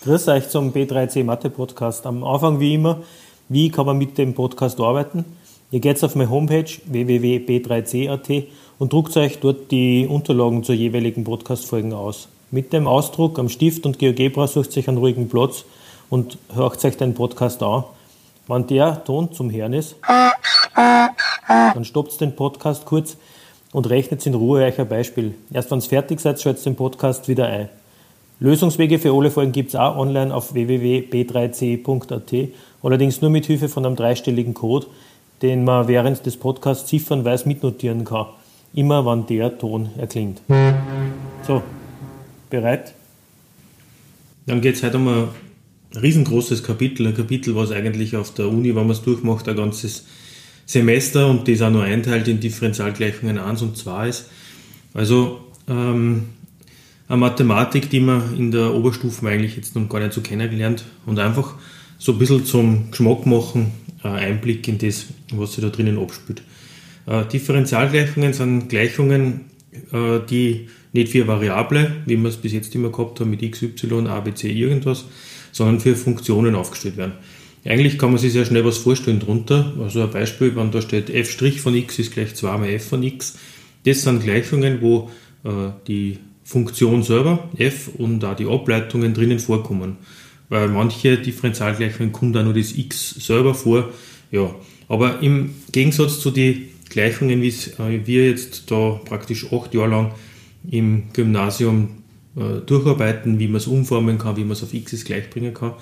Grüß euch zum B3C Mathe Podcast. Am Anfang wie immer, wie kann man mit dem Podcast arbeiten? Ihr geht auf meine Homepage www.b3c.at und druckt euch dort die Unterlagen zur jeweiligen Podcast-Folgen aus. Mit dem Ausdruck am Stift und GeoGebra sucht euch einen ruhigen Platz und hört euch den Podcast an. Wenn der Ton zum Hören ist, dann stoppt den Podcast kurz und rechnet in Ruhe euch ein Beispiel. Erst wenn ihr fertig seid, schaltet den Podcast wieder ein. Lösungswege für alle Folgen gibt es auch online auf www.b3c.at, allerdings nur mit Hilfe von einem 3-stelligen Code, den man während des Podcasts ziffernweise mitnotieren kann, immer wenn der Ton erklingt. So, bereit? Dann geht es heute um ein riesengroßes Kapitel, ein Kapitel, was eigentlich auf der Uni, wenn man es durchmacht, ein ganzes Semester und das auch noch einteilt in Differentialgleichungen 1 und 2 ist. Also eine Mathematik, die man in der Oberstufe eigentlich jetzt noch gar nicht so kennengelernt und einfach so ein bisschen zum Geschmack machen, Einblick in das, was sich da drinnen abspielt. Differentialgleichungen sind Gleichungen, die nicht für Variable, wie wir es bis jetzt immer gehabt haben, mit x, y, a, b, c, irgendwas, sondern für Funktionen aufgestellt werden. Eigentlich kann man sich sehr schnell was vorstellen drunter. Also ein Beispiel, wenn da steht f' von x ist gleich 2 mal f von x. Das sind Gleichungen, wo die Funktion selber, f, und auch die Ableitungen drinnen vorkommen. Weil manche Differentialgleichungen kommt auch nur das x selber vor. Ja, aber im Gegensatz zu den Gleichungen, wie wir jetzt da praktisch 8 Jahre lang im Gymnasium durcharbeiten, wie man es umformen kann, wie man es auf x ist gleich bringen kann,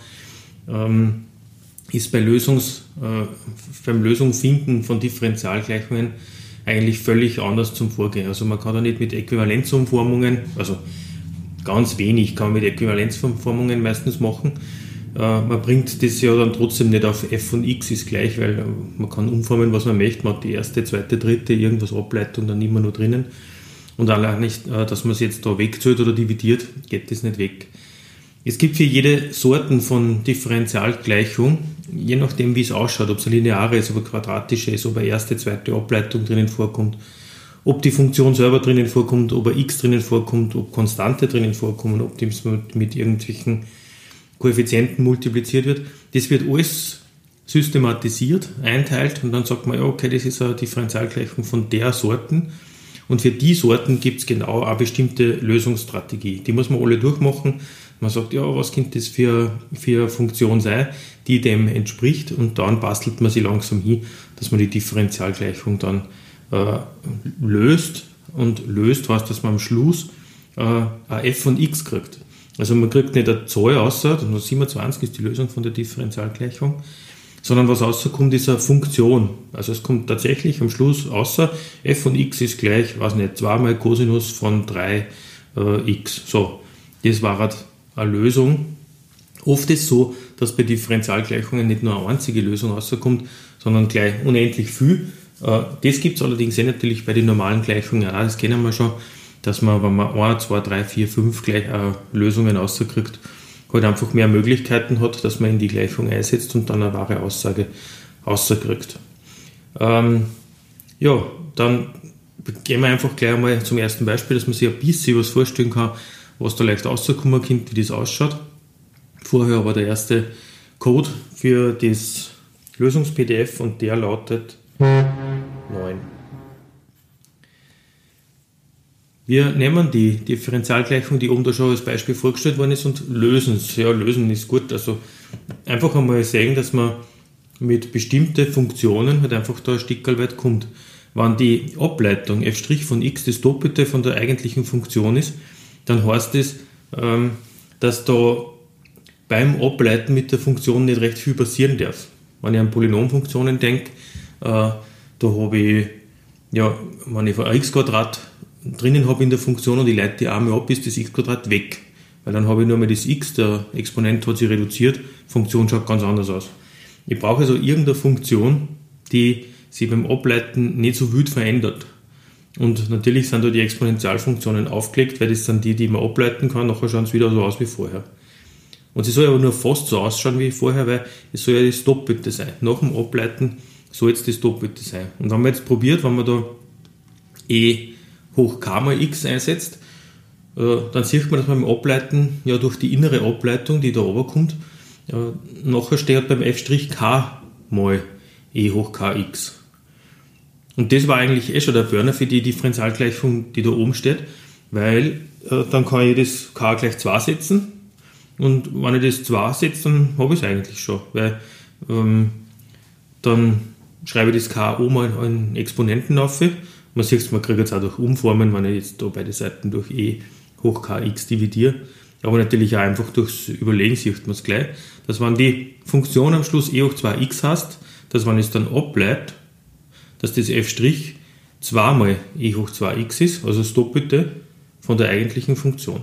ist beim Lösung finden von Differentialgleichungen eigentlich völlig anders zum Vorgehen. Also man kann da nicht mit Äquivalenzumformungen, also ganz wenig kann man mit Äquivalenzumformungen meistens machen. Man bringt das ja dann trotzdem nicht auf f von x ist gleich, weil man kann umformen, was man möchte. Man hat die erste, zweite, dritte, irgendwas Ableitung dann immer nur drinnen. Und allein nicht, dass man es jetzt da wegzählt oder dividiert, geht das nicht weg. Es gibt für jede Sorten von Differentialgleichung, je nachdem wie es ausschaut, ob es eine lineare ist, ob eine quadratische ist, ob eine erste, zweite Ableitung drinnen vorkommt, ob die Funktion selber drinnen vorkommt, ob ein x drinnen vorkommt, ob Konstante drinnen vorkommen, ob das mit irgendwelchen Koeffizienten multipliziert wird. Das wird alles systematisiert, einteilt und dann sagt man, ja, okay, das ist eine Differentialgleichung von der Sorten. Und für die Sorten gibt es genau eine bestimmte Lösungsstrategie. Die muss man alle durchmachen. Man sagt, ja, was könnte das für eine Funktion sein, die dem entspricht, und dann bastelt man sie langsam hin, dass man die Differentialgleichung dann löst. Und löst heißt, dass man am Schluss ein f von x kriegt. Also man kriegt nicht eine Zahl raus, 27 ist die Lösung von der Differentialgleichung, sondern was rauskommt, ist eine Funktion. Also es kommt tatsächlich am Schluss außer f von x ist gleich, weiß nicht, 2 mal Cosinus von 3x. So, das war halt eine Lösung. Oft ist es so, dass bei Differentialgleichungen nicht nur eine einzige Lösung rauskommt, sondern gleich unendlich viel. Das gibt es allerdings natürlich bei den normalen Gleichungen auch, das kennen wir schon, dass man, wenn man 1, 2, 3, 4, 5 gleich Lösungen rauskriegt, halt einfach mehr Möglichkeiten hat, dass man in die Gleichung einsetzt und dann eine wahre Aussage rauskriegt. Ja, dann gehen wir einfach gleich einmal zum ersten Beispiel, dass man sich ein bisschen was vorstellen kann, was da leicht rauskommen könnte, wie das ausschaut. Vorher aber der erste Code für das Lösungs-PDF und der lautet 9. Wir nehmen die Differentialgleichung, die oben da schon als Beispiel vorgestellt worden ist, und lösen es. Ja, lösen ist gut. Also einfach einmal sehen, dass man mit bestimmten Funktionen halt einfach da ein Stückchen weit kommt. Wenn die Ableitung f' von x das Doppelte von der eigentlichen Funktion ist, dann heißt es, dass da beim Ableiten mit der Funktion nicht recht viel passieren darf. Wenn ich an Polynomfunktionen denke, da habe ich, ja, wenn ich von x² drinnen habe in der Funktion und ich leite die einmal ab, ist das x² weg. Weil dann habe ich nur mal das x, der Exponent hat sich reduziert, Funktion schaut ganz anders aus. Ich brauche also irgendeine Funktion, die sich beim Ableiten nicht so wild verändert. Und natürlich sind da die Exponentialfunktionen aufgelegt, weil das sind die man ableiten kann, nachher schauen sie wieder so aus wie vorher. Und sie soll aber nur fast so ausschauen wie vorher, weil es soll ja das Doppelte sein. Nach dem Ableiten soll jetzt das Doppelte sein. Und wenn man jetzt probiert, wenn man da e hoch k mal x einsetzt, dann sieht man, dass man beim Ableiten ja durch die innere Ableitung, die da runterkommt, nachher steht beim f' mal e hoch kx. Und das war eigentlich schon der Burner für die Differentialgleichung, die da oben steht, weil dann kann ich das k gleich 2 setzen und wenn ich das 2 setze, dann habe ich es eigentlich schon, weil dann schreibe ich das k oben mal in Exponenten auf. Man sieht es, man kriegt jetzt auch durch Umformen, wenn ich jetzt da beide Seiten durch e hoch kx dividiere, aber natürlich auch einfach durchs Überlegen sieht man es gleich, dass wenn die Funktion am Schluss e hoch 2x heißt, dass wenn es dann abbleibt, dass das f' 2 mal e hoch 2x ist, also das Doppelte von der eigentlichen Funktion.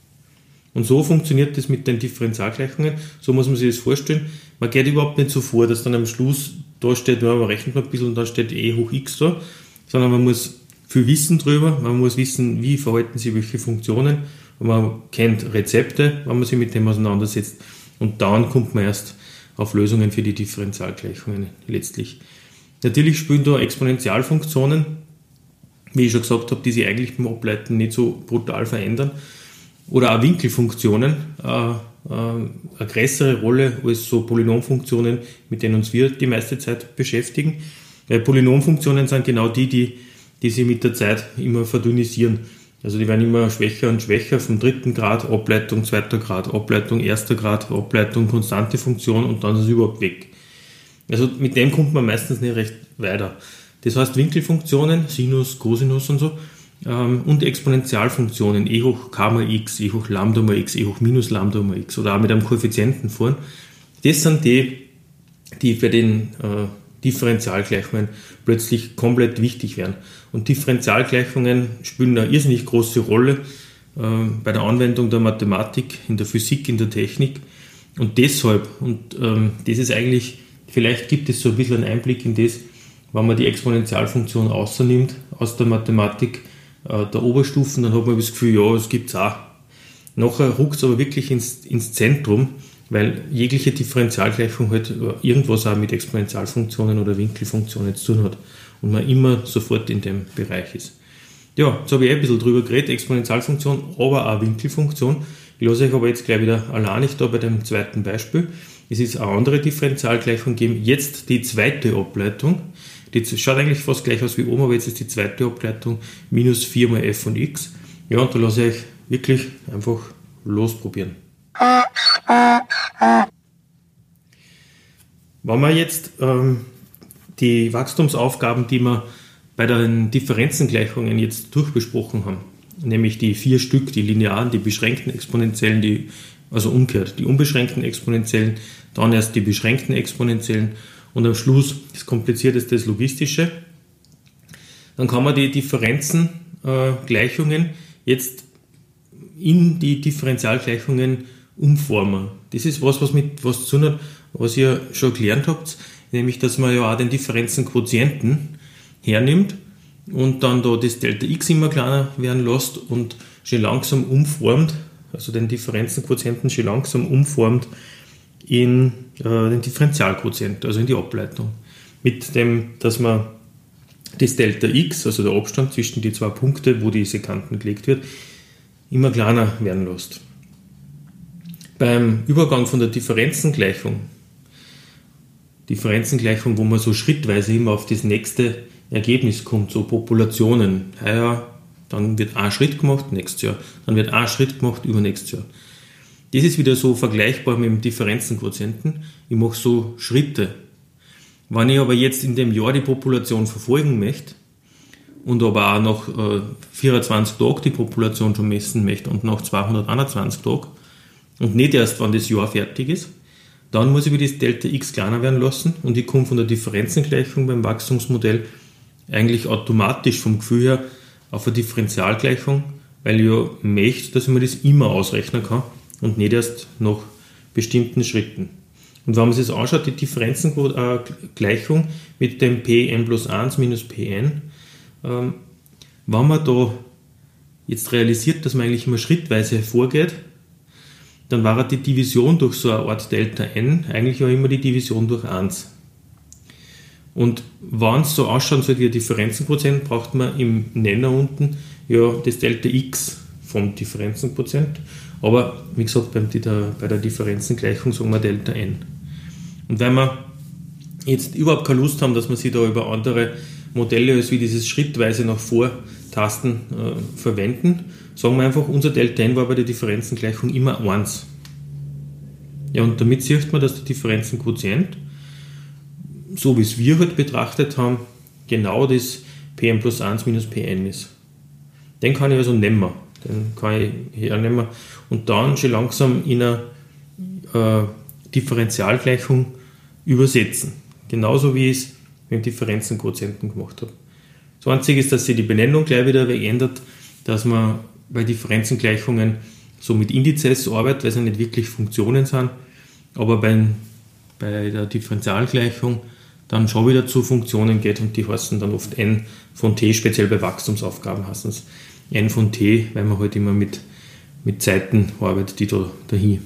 Und so funktioniert das mit den Differentialgleichungen, so muss man sich das vorstellen. Man geht überhaupt nicht so vor, dass dann am Schluss da steht, man rechnet noch ein bisschen und dann steht e hoch x da, sondern man muss viel wissen drüber, man muss wissen, wie verhalten sich welche Funktionen, und man kennt Rezepte, wenn man sich mit dem auseinandersetzt, und dann kommt man erst auf Lösungen für die Differentialgleichungen letztlich. Natürlich spielen da Exponentialfunktionen, wie ich schon gesagt habe, die sich eigentlich beim Ableiten nicht so brutal verändern, oder auch Winkelfunktionen, eine größere Rolle als so Polynomfunktionen, mit denen uns wir die meiste Zeit beschäftigen. Weil Polynomfunktionen sind genau die sich mit der Zeit immer verdünnisieren. Also die werden immer schwächer und schwächer, vom 3. Grad, Ableitung 2. Grad, Ableitung 1. Grad, Ableitung konstante Funktion und dann ist es überhaupt weg. Also mit dem kommt man meistens nicht recht weiter. Das heißt Winkelfunktionen, Sinus, Cosinus und so, und Exponentialfunktionen, e hoch k mal x, e hoch lambda mal x, e hoch minus lambda mal x oder auch mit einem Koeffizienten vorn, das sind die für den Differentialgleichungen plötzlich komplett wichtig werden. Und Differentialgleichungen spielen eine irrsinnig große Rolle bei der Anwendung der Mathematik, in der Physik, in der Technik. Und deshalb, das ist eigentlich, vielleicht gibt es so ein bisschen einen Einblick in das, wenn man die Exponentialfunktion außernimmt aus der Mathematik der Oberstufen, dann hat man das Gefühl, ja, das gibt es auch. Nachher ruckt es aber wirklich ins Zentrum, weil jegliche Differentialgleichung halt irgendwas auch mit Exponentialfunktionen oder Winkelfunktionen zu tun hat und man immer sofort in dem Bereich ist. Ja, jetzt habe ich ein bisschen drüber geredet, Exponentialfunktion, aber auch Winkelfunktion. Ich lasse euch aber jetzt gleich wieder allein nicht da bei dem zweiten Beispiel. Es ist eine andere Differentialgleichung geben. Jetzt die zweite Ableitung. Die schaut eigentlich fast gleich aus wie oben, aber jetzt ist die zweite Ableitung minus 4 mal f von x. Ja, und da lasse ich euch wirklich einfach losprobieren. Wenn wir jetzt die Wachstumsaufgaben, die wir bei den Differenzengleichungen jetzt durchbesprochen haben, nämlich die 4 Stück, die linearen, die beschränkten Exponentiellen, also umgekehrt, die unbeschränkten Exponentiellen, dann erst die beschränkten Exponentiellen und am Schluss das Komplizierteste, das Logistische, dann kann man die Differenzengleichungen jetzt in die Differentialgleichungen umformen. Das ist was zu tun hat, was ihr schon gelernt habt, nämlich, dass man ja auch den Differenzenquotienten hernimmt und dann da das Delta x immer kleiner werden lässt und schön langsam umformt, also den Differenzenquotienten schön langsam umformt in den Differentialquotienten, also in die Ableitung. Mit dem, dass man das Delta x, also der Abstand zwischen die zwei Punkte, wo die Sekanten gelegt wird, immer kleiner werden lässt. Beim Übergang von der Differenzengleichung, wo man so schrittweise immer auf das nächste Ergebnis kommt, so Populationen, dann wird ein Schritt gemacht, nächstes Jahr, dann wird ein Schritt gemacht, übernächstes Jahr. Das ist wieder so vergleichbar mit dem Differenzenquotienten. Ich mache so Schritte. Wenn ich aber jetzt in dem Jahr die Population verfolgen möchte und aber auch nach 24 Tagen die Population schon messen möchte und nach 221 Tagen und nicht erst, wenn das Jahr fertig ist, dann muss ich wieder das Delta x kleiner werden lassen und ich komme von der Differenzengleichung beim Wachstumsmodell eigentlich automatisch vom Gefühl her auf eine Differentialgleichung, weil ich ja möchte, dass ich mir das immer ausrechnen kann und nicht erst nach bestimmten Schritten. Und wenn man sich das anschaut, die Differenzengleichung mit dem Pn plus 1 minus Pn, wenn man da jetzt realisiert, dass man eigentlich immer schrittweise vorgeht, dann war die Division durch so eine Art Delta n eigentlich auch immer die Division durch 1. Und wenn es so ausschauen soll wie ein Differenzenquotient, braucht man im Nenner unten ja das Delta x vom Differenzenquotient. Aber wie gesagt, bei der Differenzengleichung sagen wir Delta n. Und wenn wir jetzt überhaupt keine Lust haben, dass wir sie da über andere Modelle als wie dieses schrittweise nach Vortasten verwenden, sagen wir einfach, unser Delta n war bei der Differenzengleichung immer 1. Ja, und damit sieht man, dass der Differenzenquotient, so wie es wir halt betrachtet haben, genau das Pn plus 1 minus Pn ist. Den kann ich also nehmen. Den kann ich hernehmen und dann schon langsam in eine Differentialgleichung übersetzen. Genauso wie ich es mit dem Differenzenquotienten gemacht habe. Das Einzige ist, dass sich die Benennung gleich wieder ändert, dass man bei Differenzengleichungen so mit Indizes arbeitet, weil sie nicht wirklich Funktionen sind, aber bei der Differentialgleichung dann schon wieder zu Funktionen geht und die heißen dann oft n von t, speziell bei Wachstumsaufgaben heißen es n von t, weil man halt immer mit Zeiten arbeitet, die da dahin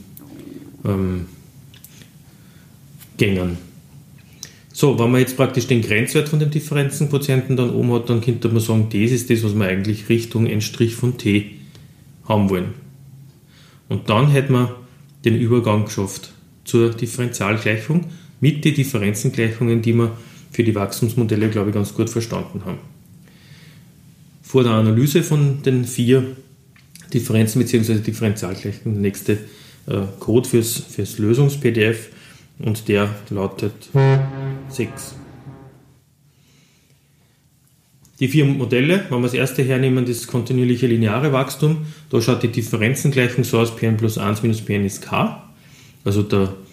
gängen. So, wenn man jetzt praktisch den Grenzwert von dem Differenzenquotienten dann oben hat, dann könnte man sagen, das ist das, was wir eigentlich Richtung n' von t haben wollen. Und dann hätten wir den Übergang geschafft zur Differentialgleichung mit den Differenzengleichungen, die wir für die Wachstumsmodelle, glaube ich, ganz gut verstanden haben. Vor der Analyse von den 4 Differenzen bzw. Differentialgleichungen der nächste Code fürs Lösungs-PDF und der lautet 6. Die 4 Modelle, wenn wir das erste hernehmen, das kontinuierliche lineare Wachstum, da schaut die Differenzengleichung so aus, Pn plus 1 minus Pn ist k, also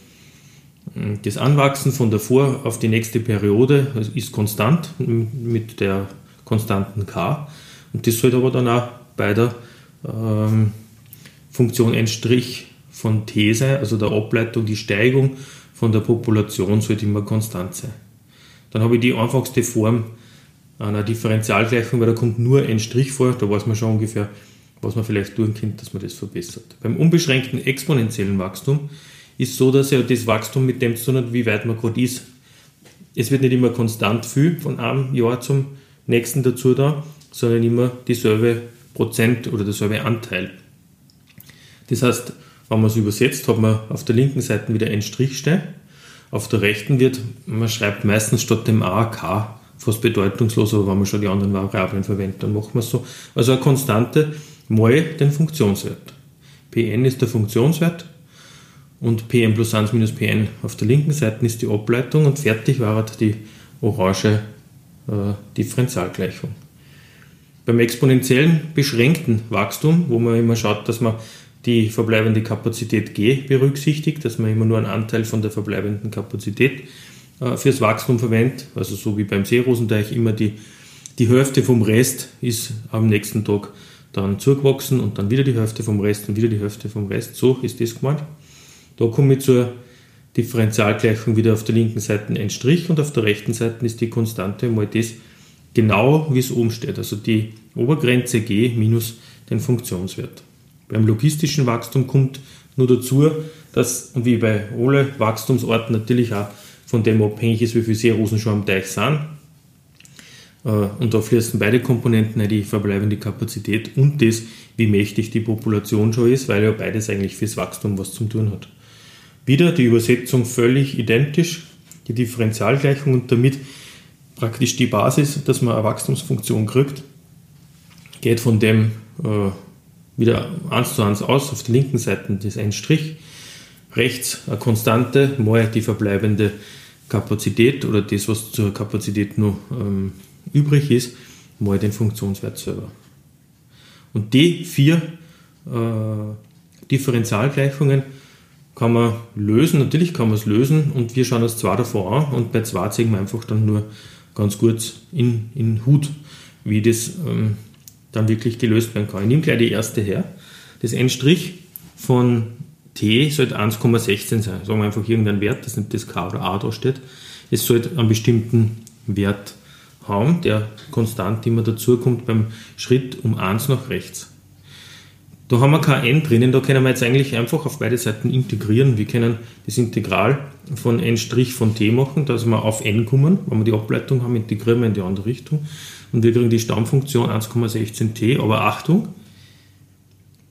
das Anwachsen von davor auf die nächste Periode ist konstant mit der konstanten k und das sollte aber dann auch bei der Funktion n' von t sein, also der Ableitung, die Steigung von der Population sollte immer konstant sein. Dann habe ich die einfachste Form einer Differentialgleichung, weil da kommt nur n' vor, da weiß man schon ungefähr, was man vielleicht tun könnte, dass man das verbessert. Beim unbeschränkten exponentiellen Wachstum ist so, dass ja das Wachstum mit dem zu tun hat, wie weit man gerade ist. Es wird nicht immer konstant viel von einem Jahr zum nächsten dazu da, sondern immer dieselbe Prozent oder derselbe Anteil. Das heißt, wenn man es übersetzt, hat man auf der linken Seite wieder ein Strichstein, auf der rechten man schreibt meistens statt dem A K, fast bedeutungslos, aber wenn man schon die anderen Variablen verwendet, dann macht man es so. Also eine Konstante mal den Funktionswert. Pn ist der Funktionswert und Pn plus 1 minus Pn auf der linken Seite ist die Ableitung und fertig war die orange Differentialgleichung. Beim exponentiellen beschränkten Wachstum, wo man immer schaut, dass man die verbleibende Kapazität G berücksichtigt, dass man immer nur einen Anteil von der verbleibenden Kapazität fürs Wachstum verwendet, also so wie beim Seerosenteich immer die Hälfte vom Rest ist am nächsten Tag dann zugewachsen und dann wieder die Hälfte vom Rest und wieder die Hälfte vom Rest, so ist das gemeint. Da komme ich zur Differentialgleichung wieder auf der linken Seite ein Strich und auf der rechten Seite ist die Konstante mal das genau wie es oben steht, also die Obergrenze G minus den Funktionswert. Beim logistischen Wachstum kommt nur dazu, dass, wie bei allen Wachstumsorten natürlich auch von dem abhängig ist, wie viele Seerosen schon am Teich sind. Und da fließen beide Komponenten, die verbleibende Kapazität und das, wie mächtig die Population schon ist, weil ja beides eigentlich fürs Wachstum was zu tun hat. Wieder die Übersetzung völlig identisch, die Differentialgleichung und damit praktisch die Basis, dass man eine Wachstumsfunktion kriegt, geht von dem wieder 1:1 aus, auf der linken Seite das ein Strich, rechts eine Konstante mal die verbleibende Kapazität oder das, was zur Kapazität noch übrig ist, mal den Funktionswert selber. Und die 4 Differentialgleichungen kann man lösen, natürlich kann man es lösen und wir schauen uns 2 davon an und bei 2 zeigen wir einfach dann nur ganz kurz in Hut, wie das dann wirklich gelöst werden kann. Ich nehme gleich die erste her. Das n' von t sollte 1,16 sein. Sagen wir einfach irgendeinen Wert, dass nicht das k oder a da steht. Es sollte einen bestimmten Wert haben, der konstant immer dazu kommt beim Schritt um 1 nach rechts. Da haben wir kein n drinnen, da können wir jetzt eigentlich einfach auf beide Seiten integrieren. Wir können das Integral von n' von t machen, dass wir auf n kommen. Wenn wir die Ableitung haben, integrieren wir in die andere Richtung. Und wir kriegen die Stammfunktion 1,16t, aber Achtung,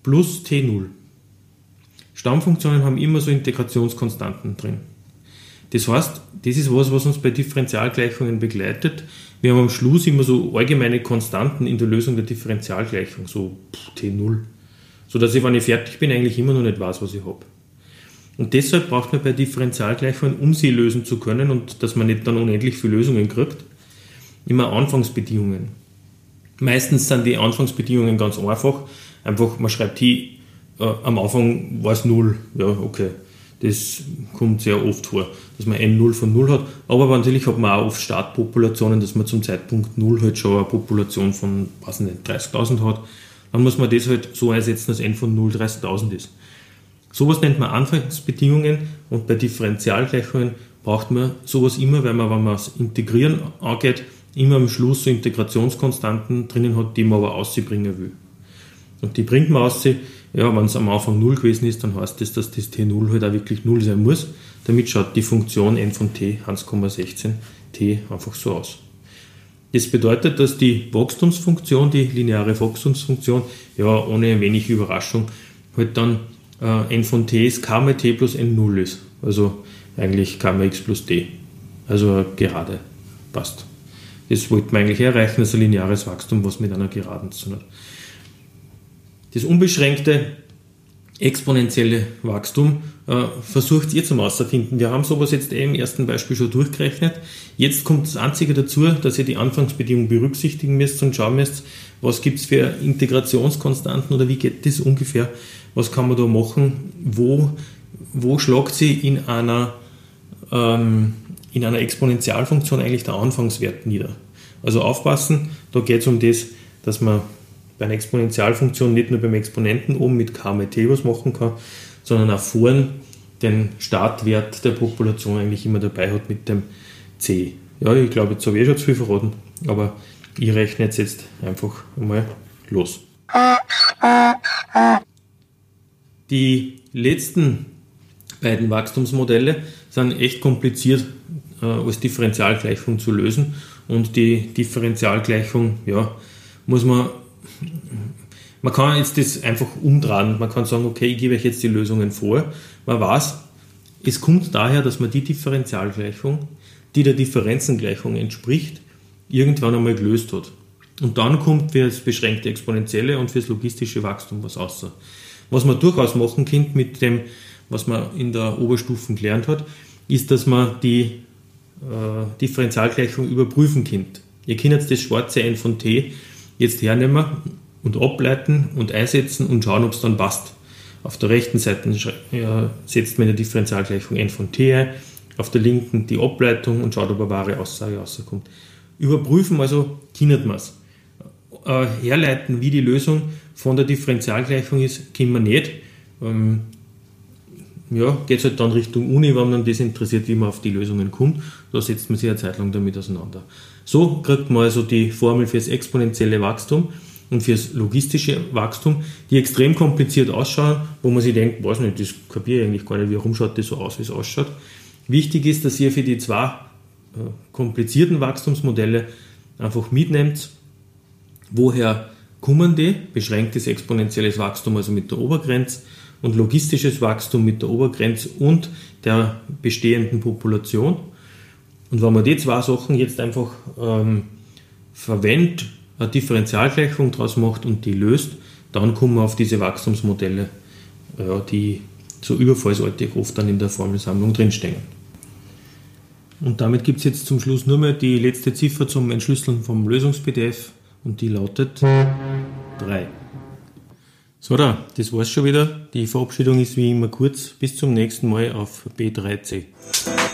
plus T0. Stammfunktionen haben immer so Integrationskonstanten drin. Das heißt, das ist was uns bei Differentialgleichungen begleitet. Wir haben am Schluss immer so allgemeine Konstanten in der Lösung der Differentialgleichung, so T0. So dass ich, wenn ich fertig bin, eigentlich immer noch nicht weiß, was ich habe. Und deshalb braucht man bei Differentialgleichungen, um sie lösen zu können und dass man nicht dann unendlich viele Lösungen kriegt, immer Anfangsbedingungen. Meistens sind die Anfangsbedingungen ganz einfach. Einfach, man schreibt hier, am Anfang war es 0. Ja, okay. Das kommt sehr oft vor, dass man ein 0 von 0 hat. Aber natürlich hat man auch oft Startpopulationen, dass man zum Zeitpunkt 0 halt schon eine Population von, weiß nicht, 30.000 hat. Dann muss man das halt so einsetzen, dass n von 0 30.000 ist. Sowas nennt man Anfangsbedingungen und bei Differentialgleichungen braucht man sowas immer, weil man, wenn man das Integrieren angeht, immer am Schluss so Integrationskonstanten drinnen hat, die man aber ausbringen will. Und die bringt man aus, ja, wenn es am Anfang 0 gewesen ist, dann heißt das, dass das T0 halt auch wirklich 0 sein muss. Damit schaut die Funktion n von t 1,16 t einfach so aus. Das bedeutet, dass die Wachstumsfunktion, die lineare Wachstumsfunktion, ja, ohne wenig Überraschung, halt dann n von t ist k mal t plus n0 ist. Also eigentlich k mal x plus t. Also gerade. Passt. Das wollte man eigentlich erreichen, also ein lineares Wachstum, was mit einer Geraden zu tun hat. Das unbeschränkte exponentielle Wachstum versucht ihr zum Auszufinden. Wir haben sowas jetzt im ersten Beispiel schon durchgerechnet. Jetzt kommt das Einzige dazu, dass ihr die Anfangsbedingungen berücksichtigen müsst und schauen müsst, was gibt es für Integrationskonstanten oder wie geht das ungefähr, was kann man da machen, wo schlagt sie in einer Exponentialfunktion eigentlich der Anfangswert nieder. Also aufpassen, da geht es um das, dass man bei einer Exponentialfunktion nicht nur beim Exponenten oben mit k mal t was machen kann, sondern auch vorn den Startwert der Population eigentlich immer dabei hat mit dem c. Ja, ich glaube, jetzt habe ich schon zu viel verraten, aber ich rechne jetzt einfach mal los. Die letzten beiden Wachstumsmodelle sind echt kompliziert als Differentialgleichung zu lösen und die Differentialgleichung, ja, man kann jetzt das einfach umdrehen. Man kann sagen, okay, ich gebe euch jetzt die Lösungen vor. Man weiß, es kommt daher, dass man die Differentialgleichung, die der Differenzengleichung entspricht, irgendwann einmal gelöst hat. Und dann kommt für das beschränkte Exponentielle und für das logistische Wachstum was raus. Was man durchaus machen kann mit dem, was man in der Oberstufe gelernt hat, ist, dass man die Differentialgleichung überprüfen kann. Ihr könnt jetzt das schwarze n von t jetzt hernehmen und ableiten und einsetzen und schauen, ob es dann passt. Auf der rechten Seite setzt man in der Differentialgleichung n von t ein, auf der linken die Ableitung und schaut, ob eine wahre Aussage rauskommt. Überprüfen, also können wir es. Herleiten, wie die Lösung von der Differentialgleichung ist, können wir nicht. Geht es halt dann Richtung Uni, wenn man das interessiert, wie man auf die Lösungen kommt. Da setzt man sich eine Zeit lang damit auseinander. So kriegt man also die Formel für das exponentielle Wachstum und für das logistische Wachstum, die extrem kompliziert ausschauen, wo man sich denkt, weiß nicht, das kapiere ich eigentlich gar nicht, warum schaut das so aus, wie es ausschaut. Wichtig ist, dass ihr für die zwei komplizierten Wachstumsmodelle einfach mitnehmt, woher kommen die, beschränktes exponentielles Wachstum, also mit der Obergrenze, und logistisches Wachstum mit der Obergrenze und der bestehenden Population. Und wenn man die zwei Sachen jetzt einfach verwendet, eine Differentialgleichung daraus macht und die löst, dann kommen wir auf diese Wachstumsmodelle, die so überfallsartig oft dann in der Formelsammlung drinstehen. Und damit gibt es jetzt zum Schluss nur mehr die letzte Ziffer zum Entschlüsseln vom Lösungs-PDF und die lautet 3. So, das war's schon wieder. Die Verabschiedung ist wie immer kurz. Bis zum nächsten Mal auf B3C.